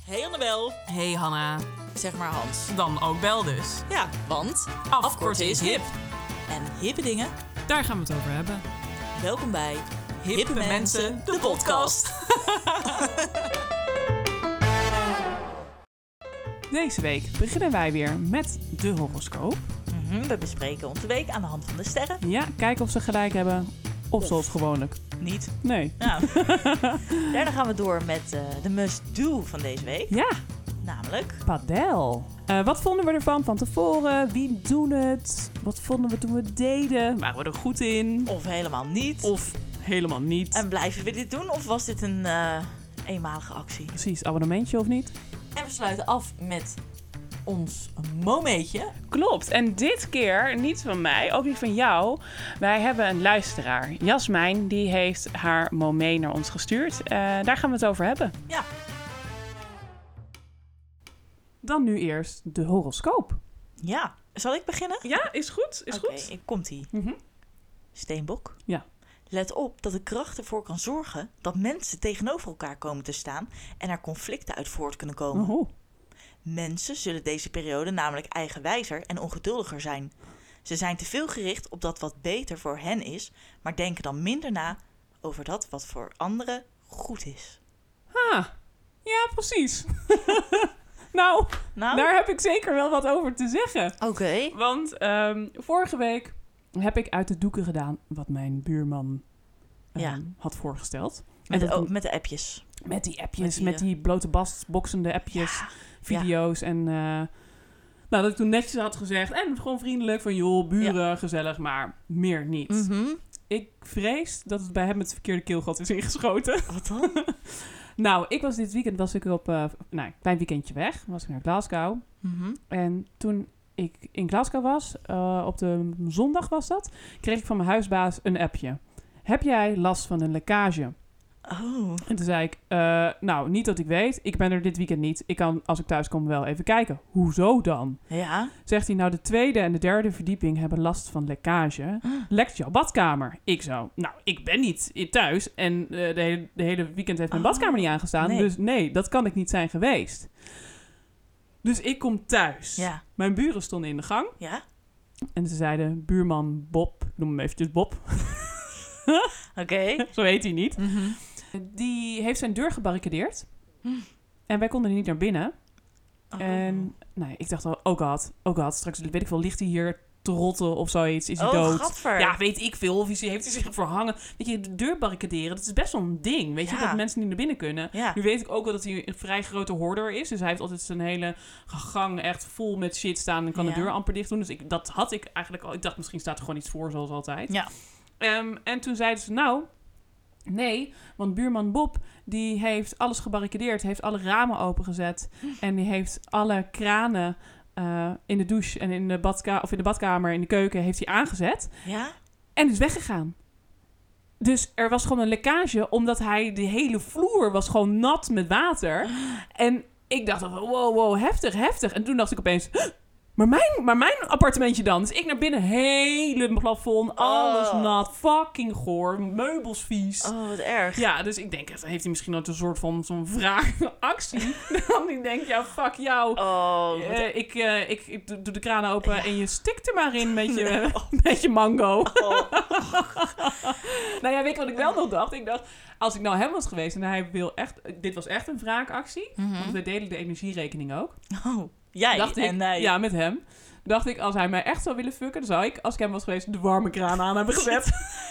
Hey Annabel. Hey Hanna. Zeg maar Hans. Dan ook Bel dus. Ja, want Afkorten is hip. En hippe dingen, Daar gaan we het over hebben. welkom bij Hippe Mensen, de podcast. Deze week beginnen wij weer met de horoscoop. We bespreken onze week aan de hand van de sterren. Ja, kijken of ze gelijk hebben. Of zoals gewoonlijk. Niet. Nee. Nou, daarna gaan we door met de must-do van deze week. Ja, Namelijk, padel. Wat vonden we ervan van tevoren? Wie doen het? Wat vonden we toen we het deden? Waren we er goed in? of helemaal niet. Of helemaal niet? En blijven we dit doen of was dit een eenmalige actie? Precies, abonnementje of niet? En we sluiten af met ons momentje. Klopt. En dit keer niet van mij, ook niet van jou. Wij hebben een luisteraar. Jasmijn, die heeft haar momee naar ons gestuurd. Daar gaan we het over hebben. Ja. Dan nu eerst de horoscoop. Ja. Zal ik beginnen? Ja, is goed. Oké, komt-ie. Mhm. Steenbok. Ja. Let op dat de kracht ervoor kan zorgen dat mensen tegenover elkaar komen te staan en er conflicten uit voort kunnen komen. Oh. Mensen zullen deze periode namelijk eigenwijzer en ongeduldiger zijn. Ze zijn te veel gericht op dat wat beter voor hen is, maar denken dan minder na over dat wat voor anderen goed is. Ja, precies. Nou, Nou, daar heb ik zeker wel wat over te zeggen. oké. Want vorige week heb ik uit de doeken gedaan wat mijn buurman Ja. had voorgesteld. Met, En dat met de appjes. met die appjes, met die, met die blote bast, boksende appjes, Ja. video's. En nou, dat ik toen netjes had gezegd. En gewoon vriendelijk van joh, buren, gezellig, maar meer niet. Mhm. Ik vrees dat het bij hem het verkeerde keelgat is ingeschoten. Wat dan? Nou, dit weekend op een klein weekendje weg. Was ik naar Glasgow. Mhm. En toen ik in Glasgow was, op de zondag was dat, kreeg ik van mijn huisbaas een appje. Heb jij last van een lekkage? Oh. En toen zei ik, nou, niet dat ik weet. Ik ben er dit weekend niet. Ik kan, als ik thuis kom, wel even kijken. Hoezo dan? Ja. Zegt hij, nou, de tweede en de derde verdieping hebben last van lekkage. Lekt jouw badkamer? Ik zo, nou, ik ben niet thuis. En de hele weekend heeft mijn badkamer niet aangestaan. Nee. Dus nee, dat kan ik niet zijn geweest. Dus ik kom thuis. Ja. Mijn buren stonden in de gang. Ja. En ze zeiden, buurman Bob, ik noem hem eventjes Bob. Oké. Zo heet hij niet. Mhm. Die heeft zijn deur gebarricadeerd. Hm. En wij konden er niet naar binnen. Oh. En nou, ik dacht al, oh god, straks weet ik veel, ligt hij hier te rotten of zoiets? Is hij dood? Gadver. Ja, weet ik veel. Of heeft hij zich verhangen? Weet je, de deur barricaderen, dat is best wel een ding. Weet je, Ja. dat mensen niet naar binnen kunnen. Ja. Nu weet ik ook wel dat hij een vrij grote hoorder is. Dus hij heeft altijd zijn hele gang echt vol met shit staan en kan Ja. de deur amper dicht doen. Dus dat had ik eigenlijk al. Ik dacht, misschien staat er gewoon iets voor, zoals altijd. Ja. En toen zeiden ze, nou, nee, want buurman Bob, die heeft alles gebarricadeerd, heeft alle ramen opengezet en die heeft alle kranen in de douche en in de badkamer, in de keuken, heeft hij aangezet Ja? en is weggegaan. Dus er was gewoon een lekkage, omdat de hele vloer was gewoon nat met water. En ik dacht, wow, heftig. En toen dacht ik opeens, maar mijn appartementje dan? Dus ik naar binnen, hele plafond, alles nat, fucking goor, meubels vies. Oh, wat erg. Ja, dus ik denk, heeft hij misschien ook een soort van zo'n wraakactie? Dan ik denk, ja, fuck jou. Oh, Ik doe de kraan open en je stikt er maar in met je mango. oh. Nou ja, weet je wat ik wel nog dacht? Ik dacht, als ik nou hem was geweest en hij wil echt... Dit was echt een wraakactie. Want we delen de energierekening ook. Oh. Jij Dacht ik, en hij. ja, met hem. Dacht ik, als hij mij echt zou willen fucken, dan zou ik, als ik hem was geweest, de warme kraan aan hebben gezet.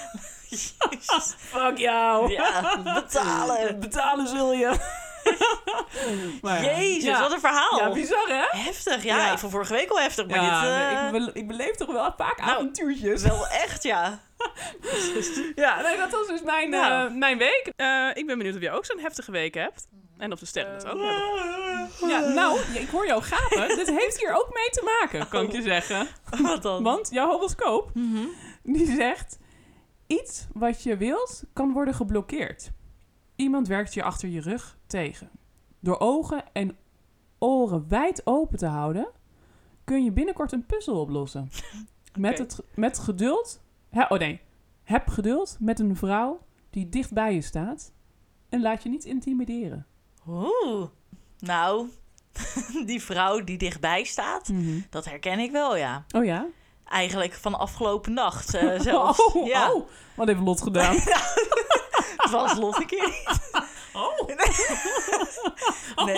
Fuck jou. Ja, betalen. Betalen zul je. Maar ja. Jezus, Ja. wat een verhaal. Ja, bizar hè? Heftig, ja. Ja. Ik vond vorige week al heftig, maar Ja, dit... nee, ik beleef toch wel vaak Nou, avontuurtjes. Wel echt, ja. Ja, nee, dat was dus mijn, Nou. mijn week. Ik ben benieuwd of jij ook zo'n heftige week hebt. En of de sterren het ook hebben. Ja, nou, ik hoor jou gapen. Dit heeft hier ook mee te maken, kan ik je zeggen. Wat dan? Want jouw horoscoop, Mhm. die zegt... Iets wat je wilt, kan worden geblokkeerd. Iemand werkt je achter je rug tegen. Door ogen en oren wijd open te houden... kun je binnenkort een puzzel oplossen. Met geduld... Heb geduld met een vrouw die dicht bij je staat... en laat je niet intimideren. Oeh. Nou, die vrouw die dichtbij staat, dat herken ik wel, ja. Oh ja? Eigenlijk van afgelopen nacht zelfs. Ja. Wat heeft Lot gedaan? Het was Lot een keer niet. Oh. Nee.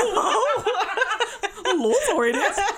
Lot, hoor je dit?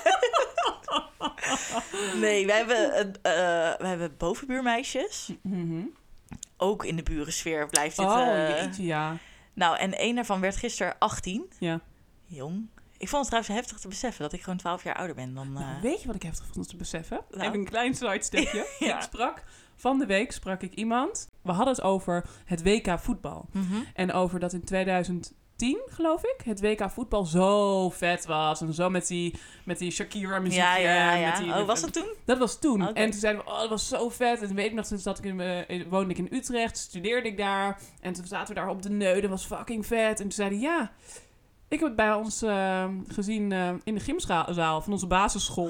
Nee, we hebben bovenbuurmeisjes. Ook in de burensfeer blijft dit... jeetje, ja. Nou, en één daarvan werd gisteren 18. Ja. Jong. Ik vond het trouwens heftig te beseffen dat ik gewoon 12 jaar ouder ben dan... Nou, weet je wat ik heftig vond te beseffen? Nou. Even een klein sidestepje. Ja. Van de week sprak ik iemand. We hadden het over het WK voetbal. En over dat in 2010, geloof ik, het WK voetbal zo vet was. En zo met die Shakira muziek. Ja. Was dat toen? Dat was toen. Okay. En toen zeiden we, dat was zo vet. En toen weet ik nog, woonde ik in Utrecht, studeerde ik daar. En toen zaten we daar op de Neu, dat was fucking vet. En toen zeiden ja, ik heb het bij ons gezien in de gymzaal van onze basisschool.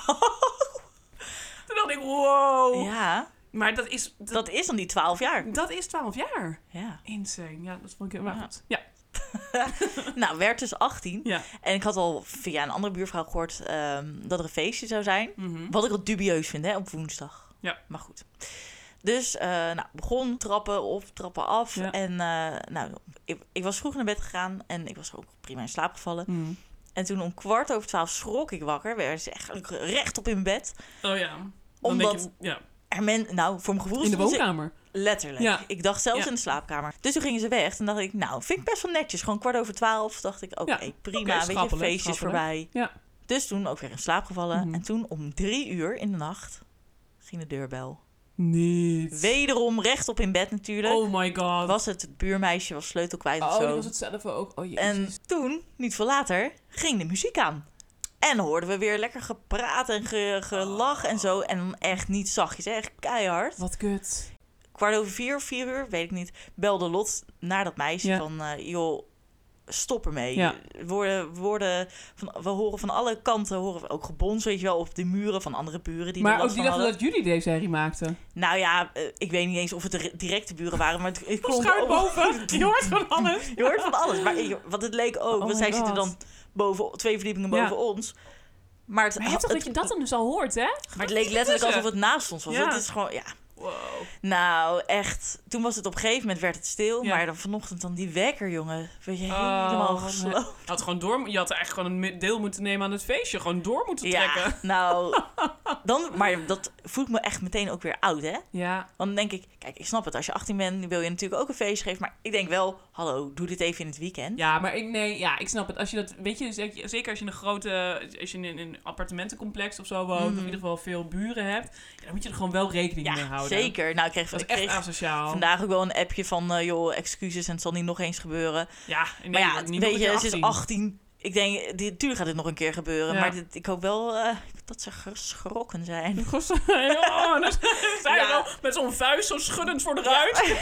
Toen dacht ik, wow. Ja. Maar dat is... Dat is dan die 12 jaar. Dat is 12 jaar. Ja. Insane. Ja, dat vond ik heel goed. Ja. Nou, werd dus 18. Ja. En ik had al via een andere buurvrouw gehoord dat er een feestje zou zijn. Wat ik wel dubieus vind, hè, op woensdag. Ja. Maar goed. Dus, begon trappen op, trappen af. Ja. En ik was vroeg naar bed gegaan en ik was ook prima in slaap gevallen. En toen om 11:15 schrok ik wakker. Werd ze echt rechtop in mijn bed. Oh ja. Omdat ja. voor mijn gevoel... In de woonkamer. Letterlijk. Ja. Ik dacht zelfs Ja. in de slaapkamer. Dus toen gingen ze weg. Toen dacht ik, nou, vind ik best wel netjes. Gewoon 11:15 dacht ik, oké, prima. Weet je, schappelijk, feestjes voorbij. Ja. Dus toen ook weer in slaap gevallen. En toen om 3:00 in de nacht ging de deurbel. Niet. Wederom rechtop in bed natuurlijk. Oh my god. Was het buurmeisje, was sleutel kwijt of Oh, zo. die was het zelf ook. Oh jezus. En toen, niet veel later, ging de muziek aan. En hoorden we weer lekker gepraat en gelach en zo. En dan echt niet zachtjes, echt keihard. Wat kut. 3:15 of 4:00, weet ik niet, belde Lot naar dat meisje van... joh, stop ermee. Ja. We horen van alle kanten horen we ook gebons, weet je wel, op de muren van andere buren die er Maar last ook die van dachten hadden. dat jullie deze serie maakten. Nou ja, ik weet niet eens of het de directe buren waren, maar het klonk Schuin ook... boven. Je hoort van alles. Je hoort van alles. Maar want het leek ook, want my zij God. zitten dan boven, 2 verdiepingen boven ons. Maar het, Maar heftig dat je dat dan dus al hoort, hè? maar het leek letterlijk alsof het naast ons was. Ja. Het is gewoon, ja. Wow. Nou, echt. Toen was het op een gegeven moment werd het stil. Ja. Maar dan vanochtend dan die wekker, jongen. Werd je Oh, helemaal wat gesloopt. Je had eigenlijk gewoon een deel moeten nemen aan het feestje. Gewoon door moeten trekken. Ja, nou. Maar dat voelt me echt meteen ook weer oud, hè? Ja. Want dan denk ik, kijk, ik snap het. Als je 18 bent, wil je natuurlijk ook een feestje geven. Maar ik denk wel, hallo, doe dit even in het weekend. Ja, maar ik snap het. Als je dat, weet je, zeker als je als je in een appartementencomplex of zo woont, of in ieder geval veel buren hebt, dan moet je er gewoon wel rekening mee houden. Zeker. Nou, Dat is echt asociaal. vandaag ook wel een appje van, joh, excuses en het zal niet nog eens gebeuren. Ja, Maar ja, niet weet nog je, een ze keer is 18. Ik denk, natuurlijk gaat dit nog een keer gebeuren. Ja. Maar ik hoop wel dat ze geschrokken zijn. Ja, dan sta je Ja. wel met zo'n vuist zo schuddend voor de ruit.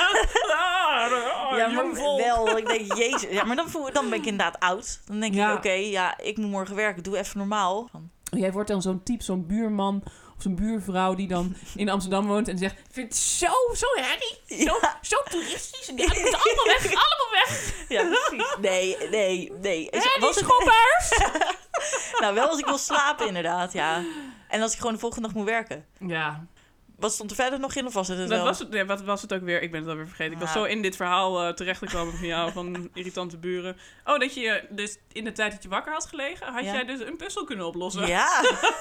Ja, maar jong volk. wel. Ik denk, jezus. Ja, maar dan ben ik inderdaad oud. Dan denk Ja. ik, oké, ik moet morgen werken. Doe even normaal. Jij wordt dan zo'n type, zo'n buurman of zo'n buurvrouw die dan in Amsterdam woont en zegt, ik vind het zo herrie, zo toeristisch. En die moeten allemaal weg. Ja, precies. Nee. Die schoppers! Nou, wel als ik wil slapen inderdaad, ja. En als ik gewoon de volgende dag moet werken. Ja. Wat stond er verder nog in of was het wel? Wat was het ook weer? Ik ben het alweer vergeten. Ik was Ja. zo in dit verhaal terechtgekomen van jou, van irritante buren. Oh, dat je dus in de tijd dat je wakker had gelegen, had Ja. jij dus een puzzel kunnen oplossen. Ja.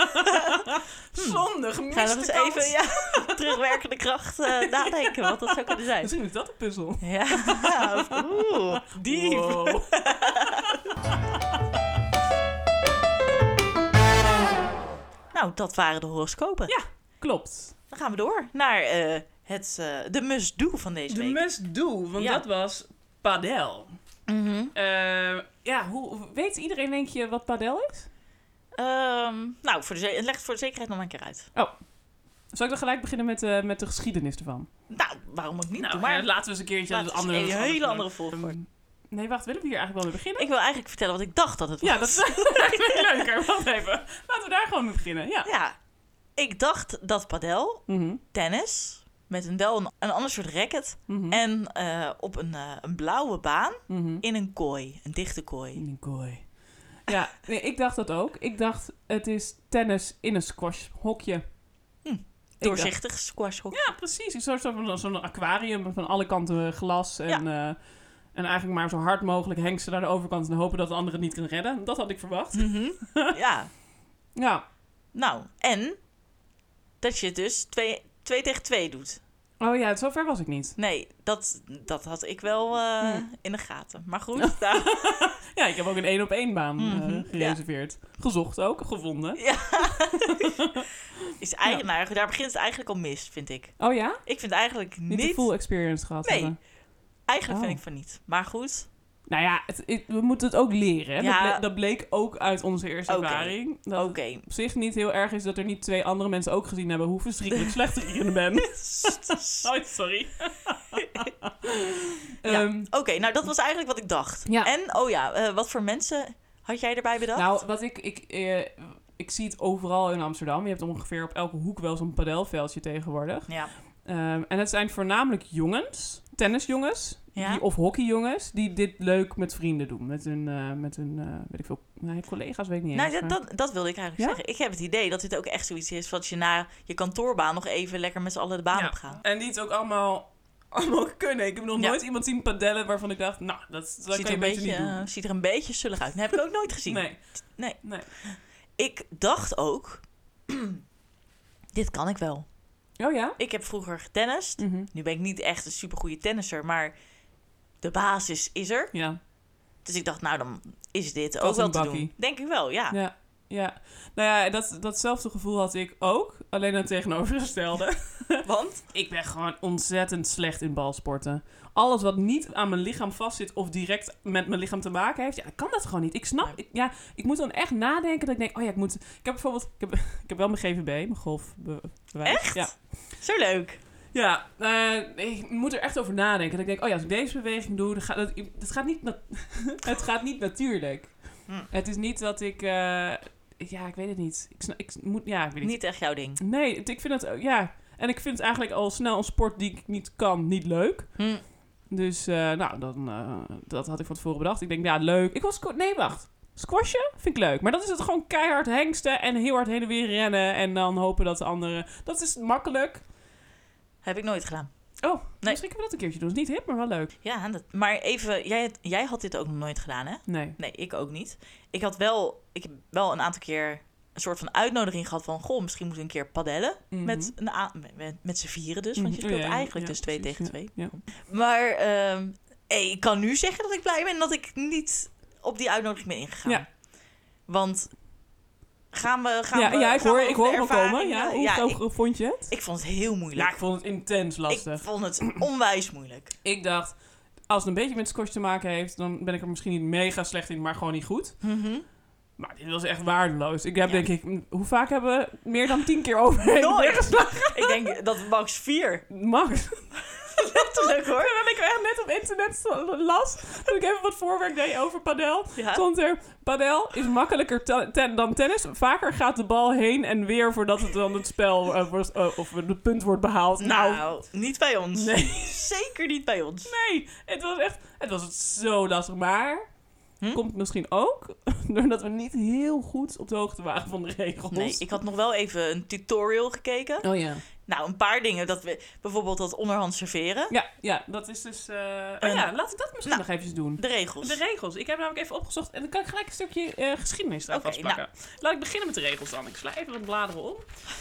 Zonde, Ga nog gemiste eens kans. even terugwerkende kracht nadenken wat dat zou kunnen zijn. Misschien is dat een puzzel. Ja, oeh, diep. Wow. Nou, dat waren de horoscopen. Ja, klopt. Dan gaan we door naar de must-do van deze De week. must-do, want Ja. dat was padel. Mhm. Weet iedereen, denk je, wat padel is? Nou, leg het voor de zekerheid nog maar een keer uit. Zal ik dan gelijk beginnen met de geschiedenis ervan? Nou, waarom ook niet? Nou, Doe maar. laten we eens een keertje Laten we eens een hele andere volgorde. Nee, wacht, willen we hier eigenlijk wel mee beginnen? Ik wil eigenlijk vertellen wat ik dacht dat het was. Ja, dat is veel leuker. Wacht even. Laten we daar gewoon mee beginnen. Ja. Ja, ik dacht dat padel, Mhm. tennis, met een ander soort racket. Mhm. En op een blauwe baan Mhm. in een kooi. Een dichte kooi. In een kooi. Ja, nee, ik dacht dat ook. Ik dacht, het is tennis in een squashhokje. Doorzichtig squashhok. Ja, precies. Zo'n aquarium met van alle kanten glas. En eigenlijk maar zo hard mogelijk hengsten naar de overkant en hopen dat de andere het niet kan redden. Dat had ik verwacht. Mhm. Ja. Ja. Nou, en dat je het dus 2 tegen 2 doet. Oh ja, zover was ik niet. Nee, dat had ik wel in de gaten. Maar goed, nou, Ja, ik heb ook een 1-op-1 baan Mhm, gereserveerd. Gezocht ook, gevonden. ja. Nou, daar begint het eigenlijk al mis, vind ik. Oh ja? Ik vind eigenlijk Niet de niet... full experience gehad Nee. hebben. Eigenlijk Oh. vind ik van niet. Maar goed, Nou ja, we moeten het ook leren. Hè? Ja. Dat bleek ook uit onze eerste Oké. ervaring. Dat oké. het op zich niet heel erg is dat er niet 2 andere mensen ook gezien hebben hoe verschrikkelijk slecht ik hierin ben. Oh, sorry. Oké, nou dat was eigenlijk wat ik dacht. Ja. En, wat voor mensen had jij erbij bedacht? Nou, wat ik zie het overal in Amsterdam. Je hebt ongeveer op elke hoek wel zo'n padelveldje tegenwoordig. Ja. En het zijn voornamelijk jongens, tennisjongens, Ja? of hockeyjongens, die dit leuk met vrienden doen. Met hun weet ik veel, collega's, weet ik niet Nou, eens. maar- dat wilde ik eigenlijk Ja? zeggen. Ik heb het idee dat dit ook echt zoiets is dat je na je kantoorbaan nog even lekker met z'n allen de baan Ja. op gaat. En die het ook allemaal kunnen. Ik heb nog Ja. nooit iemand zien padellen waarvan ik dacht, nou, dat kan je beter niet doen. Ziet er een beetje zullig uit. Dat heb ik ook nooit gezien. Nee. Ik dacht ook, dit kan ik wel. Oh ja? Ik heb vroeger getennist. Mhm. Nu ben ik niet echt een supergoeie tennisser, maar de basis is er. Ja. Dus ik dacht, nou dan is dit Als ook wel een te bakkie. doen. Denk ik wel, ja. Ja. Ja. Nou ja, datzelfde gevoel had ik ook. Alleen het tegenovergestelde. Want? Ik ben gewoon ontzettend slecht in balsporten. Alles wat niet aan mijn lichaam vastzit of direct met mijn lichaam te maken heeft, ja, dan kan dat gewoon niet. Ik snap, ik moet dan echt nadenken dat ik denk, oh ja, ik heb bijvoorbeeld, ik heb wel mijn GVB, mijn golfbewijs. Echt? Ja. Zo leuk. Ja, ik moet er echt over nadenken. Dat ik denk, oh ja, als ik deze beweging doe, het gaat niet, het gaat niet natuurlijk. Het is niet dat ik, ik weet het niet. Ik weet het Niet echt jouw ding. Nee, ik vind het, ja. En ik vind het eigenlijk al snel een sport die ik niet kan, niet leuk. Dus, dat had ik van tevoren bedacht. Ik denk, ja, leuk. Wacht. Squashen vind ik leuk. Maar dat is het gewoon keihard hengsten en heel hard heen en weer rennen. En dan hopen dat de anderen... Dat is makkelijk. Heb ik nooit gedaan. Oh, Nee. misschien kunnen we dat een keertje doen. Het is niet hip, maar wel leuk. Ja, maar even, jij had dit ook nog nooit gedaan, hè? Nee. Nee, ik ook niet. Ik heb wel een aantal keer een soort van uitnodiging gehad van, goh, misschien moeten we een keer padellen. Mhm. Met z'n vieren dus, want je speelt eigenlijk dus 2 precies, tegen 2. Ja. Maar ik kan nu zeggen dat ik blij ben dat ik niet op die uitnodiging ben ingegaan. Ja. Want gaan we ik hoor over de hem komen. ervaringen? Ja, hoe vond je het? Ik vond het heel moeilijk. Ja, ik vond het intens Ik lastig. vond het onwijs moeilijk. Ik dacht, als het een beetje met squash te maken heeft, dan ben ik er misschien niet mega slecht in, maar gewoon niet goed. Mhm. Maar dit was echt waardeloos. Ik heb Ja. denk ik, hoe vaak hebben we meer dan 10 keer overheen Nooit. geslagen? Ik denk dat max 4. Max. Letterlijk hoor. Terwijl ik echt net op internet las, toen ik even wat voorwerk deed over padel, Ja. stond er, padel is makkelijker dan tennis. Vaker gaat de bal heen en weer voordat het dan het spel of het punt wordt behaald. Nou, niet bij ons. Nee. Zeker niet bij ons. Nee, het was zo lastig. Maar komt misschien ook doordat we niet heel goed op de hoogte waren van de regels. Nee, ik had nog wel even een tutorial gekeken. Oh ja. Nou, een paar dingen. Bijvoorbeeld dat onderhand serveren. Ja, dat is dus... En- laat ik dat misschien nog even doen. De regels. De regels. Ik heb namelijk even opgezocht en dan kan ik gelijk een stukje geschiedenis daar Oké, vastpakken. Laat ik beginnen met de regels dan. Ik sla even wat bladeren om.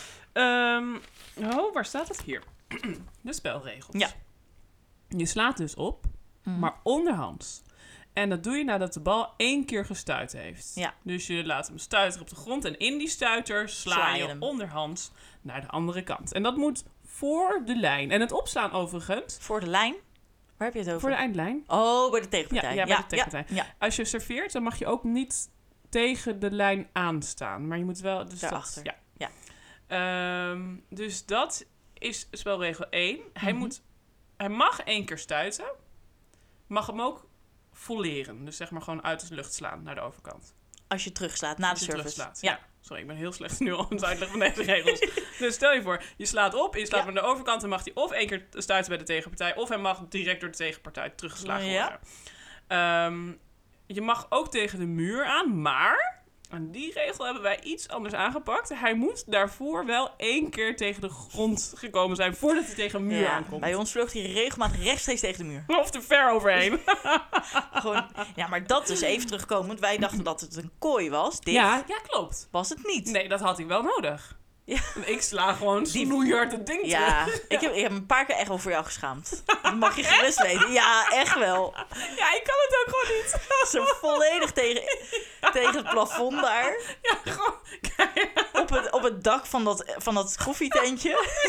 Waar staat het? Hier. De spelregels. Ja. Je slaat dus op, maar onderhands. En dat doe je nadat de bal 1 keer gestuit heeft. Ja. Dus je laat hem stuiteren op de grond en in die stuiter sla je hem. onderhands naar de andere kant. En dat moet voor de lijn. En het opslaan overigens, Voor de lijn. Waar heb je het over? voor de eindlijn. Oh, bij de tegenpartij. Ja, bij de tegenpartij. Ja. Als je serveert, dan mag je ook niet tegen de lijn aanstaan. Maar je moet wel... Dus Daarachter. Ja. Ja. Dus dat is spelregel 1. Hij mag 1 keer stuiten. Mag hem ook volleren. Dus zeg maar gewoon uit de lucht slaan naar de overkant. Als je terugslaat na de Als je service. terugslaat, Ja. Sorry, ik ben heel slecht nu al aan het uitleggen van deze regels. Dus stel je voor, je slaat op en je slaat hem aan de overkant. Dan mag hij of 1 keer stuiten bij de tegenpartij, of hij mag direct door de tegenpartij teruggeslagen worden. Je mag ook tegen de muur aan, maar aan die regel hebben wij iets anders aangepakt. Hij moet daarvoor wel 1 keer tegen de grond gekomen zijn voordat hij tegen een muur aankomt. Bij ons vloog hij regelmatig rechtstreeks tegen de muur. Of te ver overheen. Gewoon, ja, maar dat is even terugkomend. Wij dachten dat het een kooi was. Dit Ja, klopt. was het niet. Nee, dat had hij wel nodig. Ja. Ik sla gewoon snoeihard het ding Ja, terug. ik heb een paar keer echt wel voor jou geschaamd. Dat mag je gerust weten. Ja, echt wel. Ja, ik kan het ook gewoon niet. Zo volledig tegen het plafond daar. Ja, gewoon... Op het dak van dat koffietentje.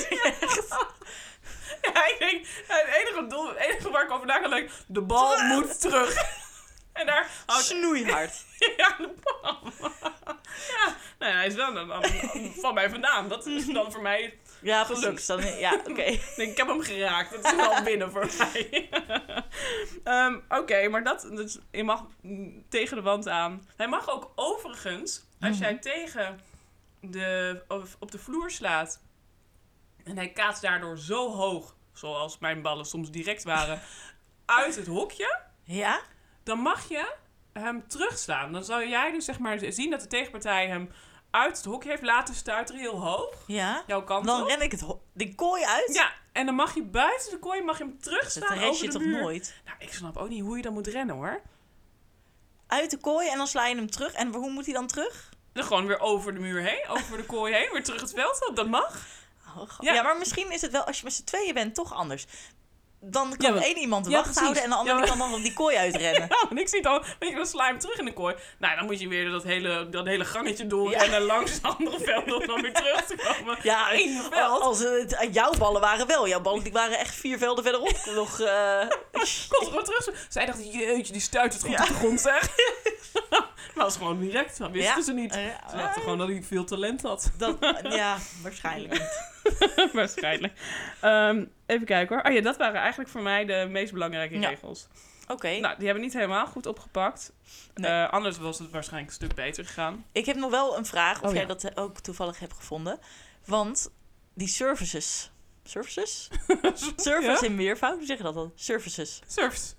Ja, ik denk, het enige waar ik over na kan denken, de bal moet terug. En daar houdt... Snoeihard. Ja, de bal. Ja, nou ja, hij is wel dan van mij vandaan. Dat is dan voor mij... Ja, precies. Ja, oké. Ik heb hem geraakt. Dat is wel binnen voor mij. Oké, maar dus je mag tegen de wand aan. Hij mag ook overigens, als jij tegen op de vloer slaat en hij kaatst daardoor zo hoog, zoals mijn ballen soms direct waren, uit het hokje, Ja? dan mag je hem terugslaan. Dan zou jij dus zeg maar zien dat de tegenpartij hem uit het hokje heeft laten stuiteren, heel hoog. Ja? Jouw kant Dan op. ren ik de kooi uit? Ja, en dan mag je buiten de kooi hem terugslaan Dat red over je de toch muur. nooit? Nou, ik snap ook niet hoe je dan moet rennen, hoor. Uit de kooi en dan sla je hem terug. En hoe moet hij dan terug? Dan gewoon weer over de muur heen, over de kooi heen, weer terug het veld op. Dat mag. Ja, maar misschien is het wel, als je met z'n tweeën bent, toch anders. Dan kan maar- één iemand de ja, wacht houden en de andere precies. kan dan op die kooi uitrennen. Ja, en ik zie het al, weet je, dan sla je hem terug in de kooi. Nou, dan moet je weer dat hele gangetje doorrennen langs de andere velden om dan weer terug te komen. Ja, in het veld. als het jouw ballen waren wel. Jouw ballen die waren echt 4 velden verderop nog. Komt gewoon terug. Zij dacht, jeetje, die stuit het goed op de grond, zeg. Maar dat was gewoon direct, dat wisten ze niet. Ze dachten gewoon dat hij veel talent had. Ja, waarschijnlijk niet. Waarschijnlijk. Even kijken hoor. Oh ja, dat waren eigenlijk voor mij de meest belangrijke regels. Oké. Nou, die hebben we niet helemaal goed opgepakt. Nee. Anders was het waarschijnlijk een stuk beter gegaan. Ik heb nog wel een vraag of Oh, jij ja. dat ook toevallig hebt gevonden. Want die services... Services? Service in meervoud? Hoe zeg je dat dan? Services. Surfs.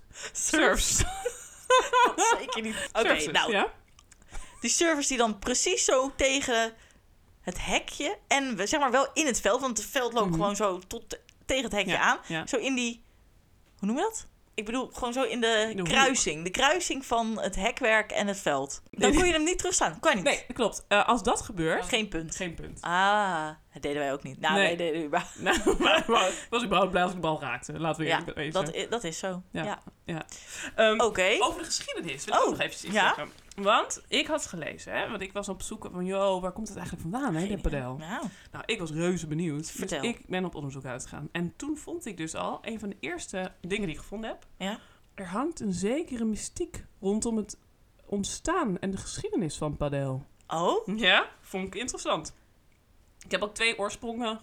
Zeker niet. Oké, Surfs, nou. ja. Die servers die dan precies zo tegen het hekje en zeg maar wel in het veld, want het veld loopt gewoon zo tegen het hekje aan. Ja. Zo in die, hoe noem je dat? Ik bedoel, gewoon zo in de hoek. kruising. De kruising van het hekwerk en het veld. Dan kon je hem niet terugslaan. Kan je niet. Nee, dat klopt. Als dat gebeurt... Geen punt. Geen punt. Ah, dat deden wij ook niet. Nou, Nee. wij deden überhaupt. Nou, maar ik was überhaupt blij als ik de bal raakte. Laten we Ja, eerlijk wezen. dat is zo. Ja. Ja. Ja. Oké. Over de geschiedenis wil ik ook nog even iets zeggen. Want ik had gelezen, hè, want ik was op zoek van, waar komt het eigenlijk vandaan, hè, dit padel? Nou, Nou, ik was reuze benieuwd. Vertel. Dus ik ben op onderzoek uitgegaan. En toen vond ik dus al een van de eerste dingen die ik gevonden heb. ja. Er hangt een zekere mystiek rondom het ontstaan en de geschiedenis van padel. Oh? Ja, vond ik interessant. Ik heb ook 2 oorsprongen...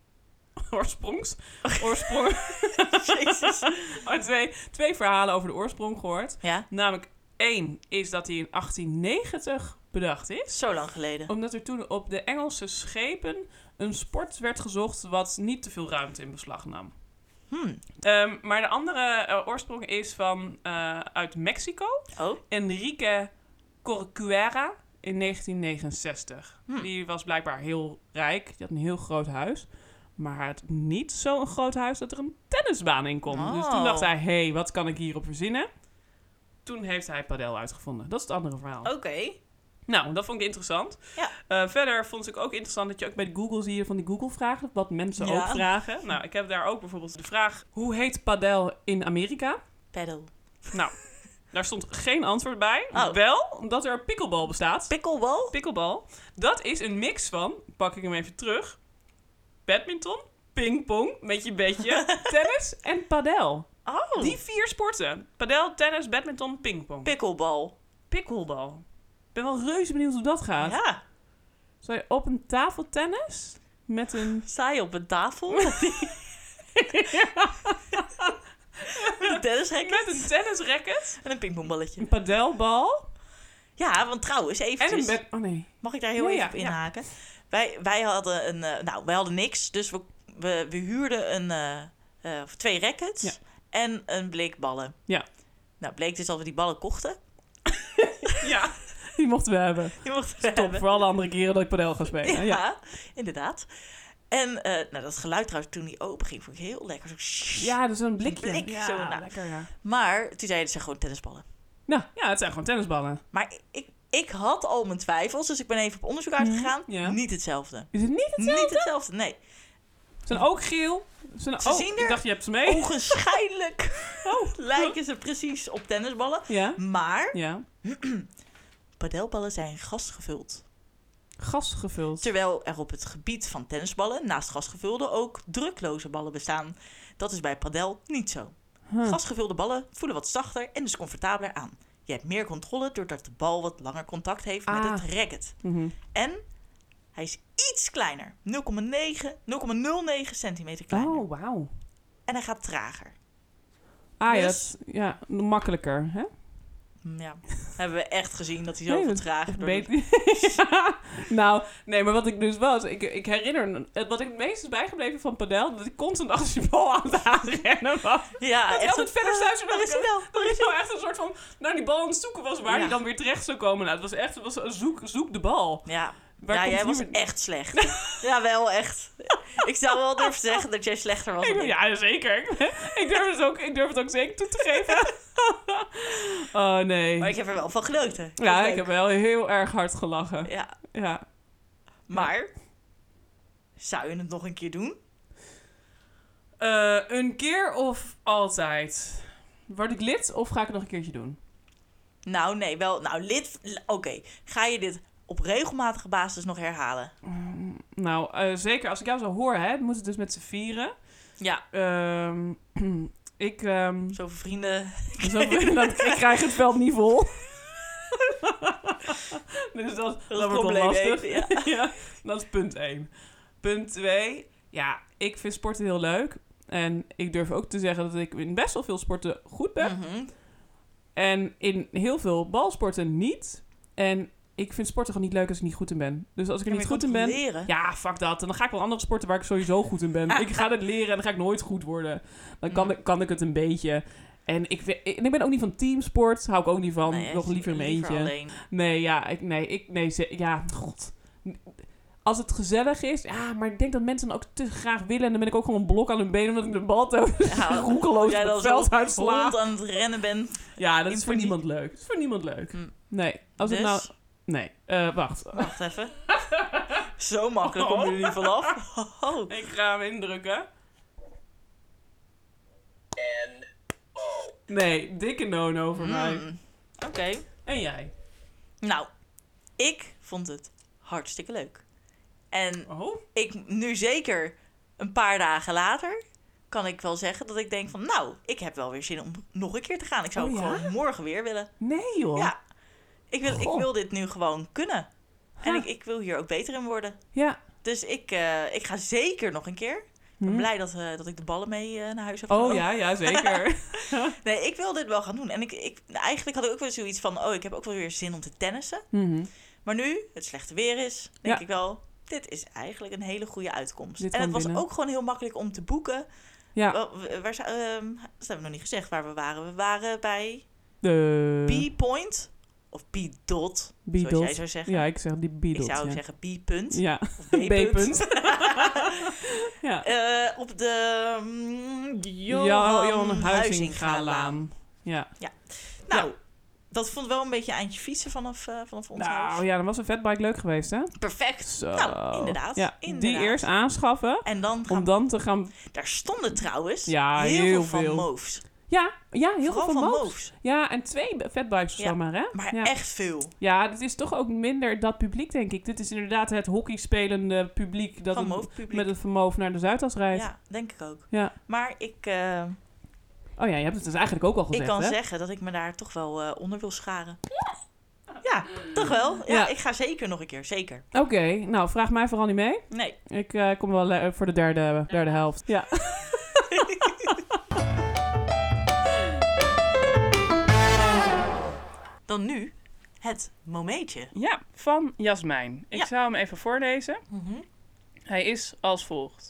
Oorsprongen? Jezus. twee verhalen over de oorsprong gehoord. Ja, Namelijk 1 is dat hij in 1890 bedacht is. zo lang geleden. Omdat er toen op de Engelse schepen een sport werd gezocht wat niet te veel ruimte in beslag nam. Maar de andere oorsprong is uit Mexico. Oh? Enrique Corcuera in 1969. Die was blijkbaar heel rijk. Die had een heel groot huis. Maar hij had niet zo'n groot huis dat er een tennisbaan in kon. Dus toen dacht hij, wat kan ik hierop verzinnen? Toen heeft hij padel uitgevonden. Dat is het andere verhaal. Oké. Nou, dat vond ik interessant. Ja. Verder vond ik ook interessant dat je ook bij Google zie je van die Google-vragen. Wat mensen ook vragen. Nou, ik heb daar ook bijvoorbeeld de vraag... Hoe heet padel in Amerika? Paddle. Nou, daar stond geen antwoord bij. Oh. Wel dat er pickleball bestaat. Pickleball? Pickleball. Dat is een mix van, pak ik hem even terug... badminton, pingpong, met je bedje, tennis en padel. Oh. Die 4 sporten. Padel, tennis, badminton, pingpong. Pickleball. Pickleball. Ik ben wel reuze benieuwd hoe dat gaat. Ja. Zou je op een tafel tennis met een... Sta je op een tafel? Met een tennisracket Met een tennisracket, en een pingpongballetje. een padelbal Ja, want trouwens, En eventjes. een bed... Oh nee. Mag ik daar heel Ja, even ja, op inhaken? Wij hadden wij hadden niks. Dus we huurden 2 rackets Ja. en een blik ballen. Ja. Nou, bleek dus dat we die ballen kochten. Ja, die mochten we hebben. Die mochten we Top, hebben. voor alle andere keren dat ik padel ga spelen. Ja, inderdaad. En dat geluid trouwens toen die open ging, vond ik heel lekker. Zo, Ja, dus een blikje. Blik, ja, zo, nou. lekker, ja. Maar toen zeiden ze gewoon tennisballen. Nou, ja, het zijn gewoon tennisballen. Maar ik had al mijn twijfels, dus ik ben even op onderzoek uitgegaan. ja. Niet hetzelfde. Is het niet hetzelfde? Niet hetzelfde, nee. Ze zijn ook geel. Ze zien ik er dacht je hebt ze mee. Ogenschijnlijk lijken ze precies op tennisballen. Ja, Maar ja. padelballen zijn gasgevuld. Gas gevuld. Terwijl er op het gebied van tennisballen naast gasgevulde ook drukloze ballen bestaan. Dat is bij padel niet zo. Gasgevulde ballen voelen wat zachter en dus comfortabeler aan. Je hebt meer controle doordat de bal wat langer contact heeft met het racket. Mhm. En hij is iets kleiner. 0,09 centimeter kleiner. Oh, wauw. En hij gaat trager. Ah, Dus- ja, makkelijker, hè? Ja, hebben we echt gezien dat hij zoveel trager door Beter. Ja. Nou, nee, maar wat ik dus was... Ik herinner... Wat ik het meest is bijgebleven van padel... dat ik constant achter die bal aan het aanrennen was. Ja, Dat hij altijd verder stuiterde. Waar is hij nou? Dat ik nou echt een soort van... naar die bal aan het zoeken was... waar Ja. hij dan weer terecht zou komen. Nou, het was een zoek de bal. Ja, Waar ja komt jij die was weer- echt slecht. Ja, wel echt. Ik zou wel durven zeggen dat jij slechter was dan ik. Ja, zeker. Ik durf het ook zeker toe te geven. Oh, nee. Maar ik heb er wel van genoten. Dat Ja, is ik leuk. heb wel heel erg hard gelachen. Ja, Ja. maar zou je het nog een keer doen? Een keer of altijd? Word ik lid of ga ik het nog een keertje doen? Nou, nee, wel. Nou, Oké, ga je dit op regelmatige basis nog herhalen? Nou, zeker als ik jou zo hoor, hè, moet het dus met z'n vieren. Ja, Ik zoveel vrienden. ik krijg het veld niet vol. Dus dat wordt wel probleem lastig. even, ja. Ja, dat is punt 1. Punt 2. Ja, ik vind sporten heel leuk. En ik durf ook te zeggen dat ik in best wel veel sporten goed ben. Mhm. En in heel veel balsporten niet. En ik vind sporten gewoon niet leuk als ik niet goed in ben. Dus als ik er Ja, niet maar je goed in kan ben... toch leren? Ja, fuck dat. En dan ga ik wel andere sporten waar ik sowieso goed in ben. Ik ga het leren en dan ga ik nooit goed worden. Dan kan ik het een beetje. En ik ben ook niet van teamsport. Hou ik ook niet van. Nee, Nog liever in mijn eentje. alleen. Nee, ja. God. Als het gezellig is. Ja, maar ik denk dat mensen dan ook te graag willen. En dan ben ik ook gewoon een blok aan hun benen. Omdat ik de bal roekeloos jij op dan het zo veld uitsla. rond aan het rennen bent. Ja, dat in is voor paniek. niemand leuk. Dat is voor niemand leuk. Hm. Nee. Als Dus, het nou... Nee. Wacht. wacht even. Zo makkelijk komen jullie er niet vanaf. Oh. Ik ga hem indrukken. Nee, dikke no-no voor mij. Oké. En jij? Nou, ik vond het hartstikke leuk. En Oh? ik nu zeker een paar dagen later kan ik wel zeggen dat ik denk van... Nou, ik heb wel weer zin om nog een keer te gaan. Ik zou Oh, ook ja? gewoon morgen weer willen. Nee, joh. Ja. Ik Goh. wil dit nu gewoon kunnen. En Ha. ik wil hier ook beter in worden. Ja. Dus ik ga zeker nog een keer. Ik ben Hm. blij dat ik de ballen mee naar huis heb Oh genomen. ja, zeker. Nee, ik wil dit wel gaan doen. En eigenlijk had ik ook wel zoiets van... Oh, ik heb ook wel weer zin om te tennissen. Mhm. Maar nu het slechte weer is, denk Ja. ik wel... Dit is eigenlijk een hele goede uitkomst. Dit En het kan was binnen. ook gewoon heel makkelijk om te boeken. Ja. Dat hebben we nog niet gezegd waar we waren. We waren bij De... B-Point. Of B-Dot, B-dot. zoals jij zou zeggen. Ja, ik zeg die Ik B-dot. zou ja. zeggen B-punt. Ja. Of B-punt. B-punt. Ja. Op de Johan Huizingalaan. Huizingalaan. Ja. Nou, dat vond ik wel een beetje een eindje fietsen vanaf ons Nou huis. ja, dan was een fatbike leuk geweest, hè? Perfect. Zo. Nou, inderdaad. Ja, inderdaad. die eerst aanschaffen. En dan Om dan te gaan... Daar stonden trouwens Ja, heel heel veel veel. van Moves. Ja, heel Vooral veel van Moves. Moves. Ja, en 2 fatbikes of Ja, zo maar, hè? Maar ja. echt veel. Ja, dit is toch ook minder dat publiek, denk ik. Dit is inderdaad het hockeyspelende publiek dat Van het Move-publiek. met het vermogen naar de Zuidas rijdt. Ja, denk ik ook. Ja. Maar ik Oh ja, je hebt het dus eigenlijk ook al gezegd, kan hè? zeggen dat ik me daar toch wel onder wil scharen. Ja, toch wel. Ja, Ja. ik ga zeker nog een keer. Zeker. Oké, nou, vraag mij vooral niet mee. Nee. Ik kom wel voor de derde helft. Ja. Dan nu het momeetje. Ja, van Jasmijn. Ik Ja. zou hem even voorlezen. Mhm. Hij is als volgt.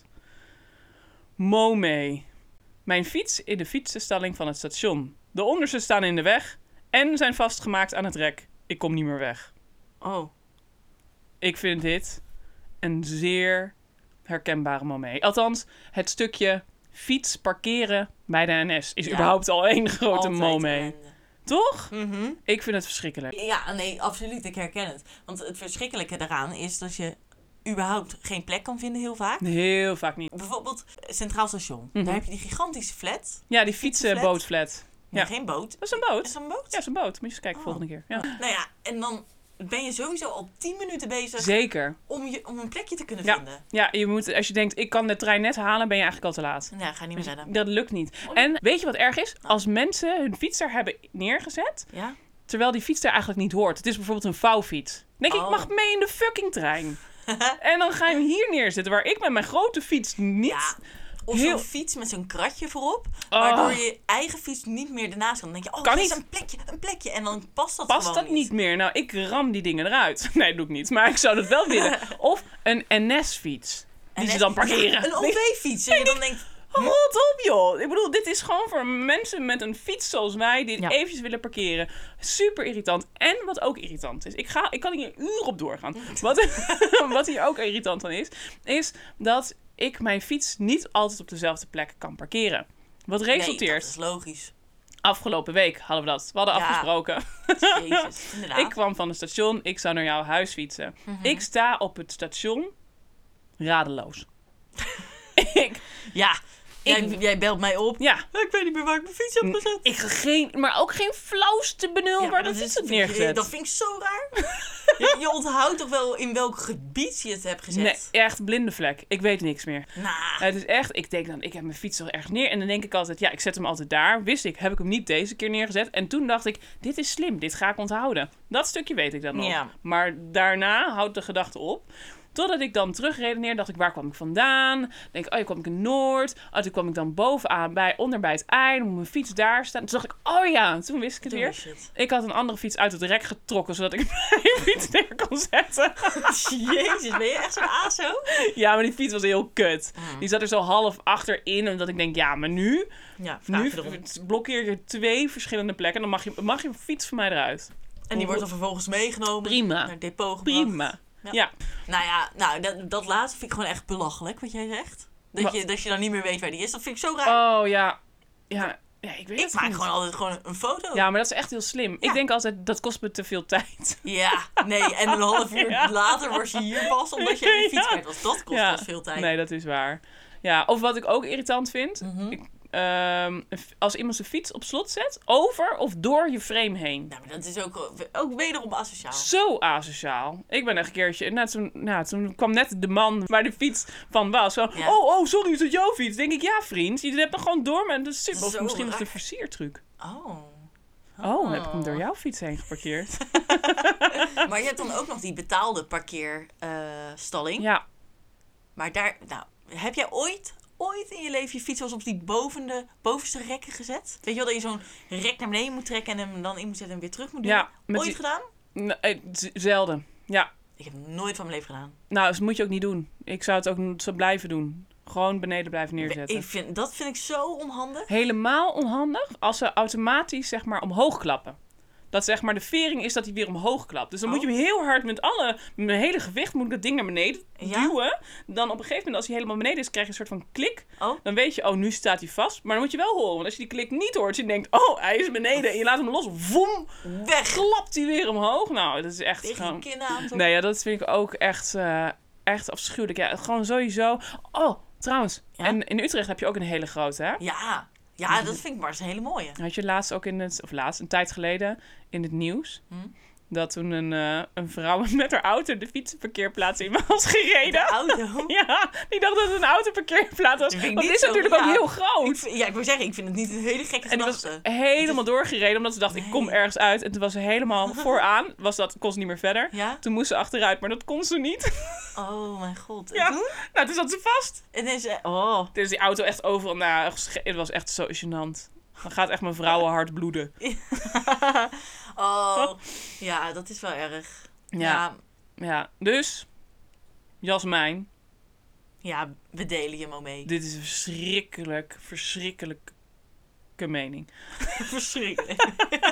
Momee. Mijn fiets in de fietsenstalling van het station. De onderste staan in de weg en zijn vastgemaakt aan het rek. Ik kom niet meer weg. Oh. Ik vind dit een zeer herkenbare momee. Althans, het stukje fiets parkeren bij de NS is Ja. überhaupt al één grote Altijd momee. ellende. Toch? Mhm. Ik vind het verschrikkelijk. Ja, nee, absoluut. Ik herken het. Want het verschrikkelijke daaraan is dat je überhaupt geen plek kan vinden heel vaak. Heel vaak niet. Bijvoorbeeld Centraal Station. Mhm. Daar heb je die gigantische flat. Ja, die Fietsenflat. fietsenbootflat. Nee, Ja. geen boot. Dat is een boot. Is dat een boot? Ja, dat is een boot. Moet je eens kijken Oh. volgende keer. Ja. Nou ja, en dan ben je sowieso al 10 minuten bezig Zeker. om een plekje te kunnen Ja. vinden. Ja, je moet, als je denkt, ik kan de trein net halen, ben je eigenlijk al te laat. Ja, ga niet meer redden. Dat lukt niet. En weet je wat erg is? Als mensen hun fiets daar hebben neergezet, Ja? terwijl die fiets daar eigenlijk niet hoort. Het is bijvoorbeeld een vouwfiets. Dan denk ik, Oh. ik mag mee in de fucking trein. En dan ga je hem hier neerzetten, waar ik met mijn grote fiets niet... Ja. Of Heel- zo'n fiets met zo'n kratje voorop, Oh. waardoor je eigen fiets niet meer ernaast kan. Dan denk je, Kan er is niet. een plekje. En dan past dat Past gewoon dat niet meer? Nou, ik ram die dingen eruit. Nee, dat doe ik niet. Maar ik zou dat wel willen. Of een NS-fiets. Die ze dan parkeren. Ja, een OV-fiets. En je dan denkt, Rot op, joh. Ik bedoel, dit is gewoon voor mensen met een fiets zoals wij... die Ja. eventjes willen parkeren. Super irritant. En wat ook irritant is... Ik kan hier uren op doorgaan. Wat hier ook irritant aan is dat ik mijn fiets niet altijd op dezelfde plek kan parkeren. Wat resulteert... nee, dat is logisch. Afgelopen week hadden we dat. We hadden Ja. afgesproken. Jezus, inderdaad. Ik kwam van het station. Ik zou naar jouw huis fietsen. Ik sta op het station radeloos. Ja, Ik- jij belt mij op. Ja, Ik weet niet meer waar ik mijn fiets heb gezet. maar ook geen flauwste benul Ja, waar maar de dat fiets is- het neergezet. Dat vind ik zo raar. je onthoudt toch wel in welk gebied je het hebt gezet? Nee, echt blinde vlek. Ik weet niks meer. Nou, Het is echt, ik denk dan, ik heb mijn fiets toch ergens neer. En dan denk ik altijd, ja, ik zet hem altijd daar. Wist ik, heb ik hem niet deze keer neergezet. En toen dacht ik, dit is slim, dit ga ik onthouden. Dat stukje weet ik dan nog. Ja. Maar daarna houdt de gedachte op. Totdat ik dan terugredeneer, dacht ik, waar kwam ik vandaan? Denk, oh, kwam ik in Noord. Oh, toen kwam ik dan bovenaan, onder bij het ei. Dan moet mijn fiets daar staan. Toen dacht ik, oh ja, toen wist ik het weer. shit. Ik had een andere fiets uit het rek getrokken, zodat ik mijn fiets neer kon zetten. Jezus, ben je echt zo'n aso? Ja, maar die fiets was heel kut. Mm. Die zat er zo half achterin. En dat ik denk, ja, maar nu Ja, vraag nu je erom. blokkeer je 2 verschillende plekken. Dan mag je fiets van mij eruit. En die wordt dan vervolgens meegenomen. Prima. Naar het depot gebracht. Prima. Ja. Ja. Nou ja, dat laatste vind ik gewoon echt belachelijk, wat jij zegt. Dat je dan niet meer weet waar die is. Dat vind ik zo raar. Oh, ja. Ja, ik weet ik het maak niet. gewoon altijd gewoon een foto. Ja, maar dat is echt heel slim. Ja. Ik denk altijd, dat kost me te veel tijd. Ja, nee. En een half uur Ja. later was je hier pas omdat je je fiets kwijt was. Dat kost Ja. pas veel tijd. Nee, dat is waar. Ja, of wat ik ook irritant vind. Mhm. Als iemand zijn fiets op slot zet, over of door je frame heen. Nou, maar dat is ook wederom asociaal. Zo asociaal. Ik ben echt een keertje... toen kwam net de man waar de fiets van was. Zo, Ja. oh, sorry, is dat jouw fiets? Denk ik, ja vriend. Je hebt nog gewoon door met... Dat is super. Of Zo misschien is het een raar. versiertruc. Oh. Oh, dan heb ik hem door jouw fiets heen geparkeerd. Maar je hebt dan ook nog die betaalde parkeerstalling. Ja. Maar daar, nou, heb jij ooit in je leven je fiets wel eens op die bovenste rekken gezet? Weet je wel, dat je zo'n rek naar beneden moet trekken en hem dan in moet zetten en weer terug moet doen? Ja, met Ooit die- gedaan? Zelden. Ja. Ik heb het nooit van mijn leven gedaan. Nou, dat moet je ook niet doen. Ik zou het ook zo blijven doen. Gewoon beneden blijven neerzetten. Dat vind ik zo onhandig. Helemaal onhandig als ze automatisch, zeg maar, omhoog klappen. Dat, zeg maar, de vering is dat hij weer omhoog klapt. Dus dan moet je hem heel hard met mijn hele gewicht moet ik dat ding naar beneden Ja? duwen. Dan op een gegeven moment, als hij helemaal beneden is, krijg je een soort van klik. Oh, Dan weet je, oh, nu staat hij vast. Maar dan moet je wel horen. Want als je die klik niet hoort, je denkt, oh, hij is beneden. En je laat hem los. Voem, weg! klapt hij weer omhoog. Nou, dat is echt Tegen je gewoon... kin aan. Zo. Nee, ja, dat vind ik ook echt afschuwelijk. Ja, gewoon sowieso. Oh, trouwens. Ja? En in Utrecht heb je ook een hele grote, hè? Ja, dat vind ik maar eens een hele mooie. Had je laatst ook een tijd geleden in het nieuws... Hm? dat toen een vrouw met haar auto de fietsenparkeerplaats in was gereden. De auto. Ja, die dacht dat het een autoparkeerplaats was. Dat vind ik Want niet het is zo natuurlijk ook raar. heel groot. Ik wil zeggen, ik vind het niet een hele gekke En die was gedachte. helemaal doorgereden, omdat ze dacht, ik kom Nee. ergens uit. En toen was ze helemaal vooraan, kon ze niet meer verder. Ja? Toen moest ze achteruit, maar dat kon ze niet. Oh mijn god. En Ja. toen? Nou, toen zat ze vast. En dan zei oh. Dus die auto echt overal, nou, het was echt zo gênant. Dan gaat echt mijn vrouwenhart bloeden. Oh, ja, dat is wel erg. Ja, dus, Jasmijn, Ja, we delen je maar mee. dit is een verschrikkelijke mening. Verschrikkelijk.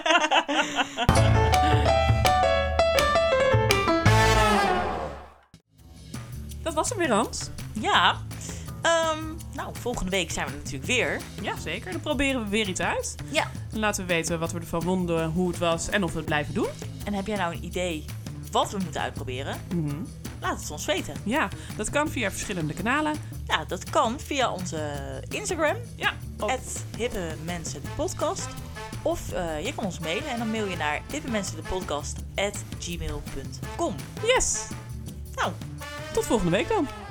Dat was hem weer, Hans. Ja. Nou, volgende week zijn we er natuurlijk weer. Ja, zeker. Dan proberen we weer iets uit. Ja. Dan laten we weten wat we ervan vonden, hoe het was en of we het blijven doen. En heb jij nou een idee wat we moeten uitproberen? Laat het ons weten. Ja, dat kan via verschillende kanalen. Ja, dat kan via onze Instagram. Ja, @hippemensen_de_podcast. Of je kan ons mailen en dan mail je naar hippemensen_de_podcast@gmail.com. yes. Nou, Tot volgende week dan.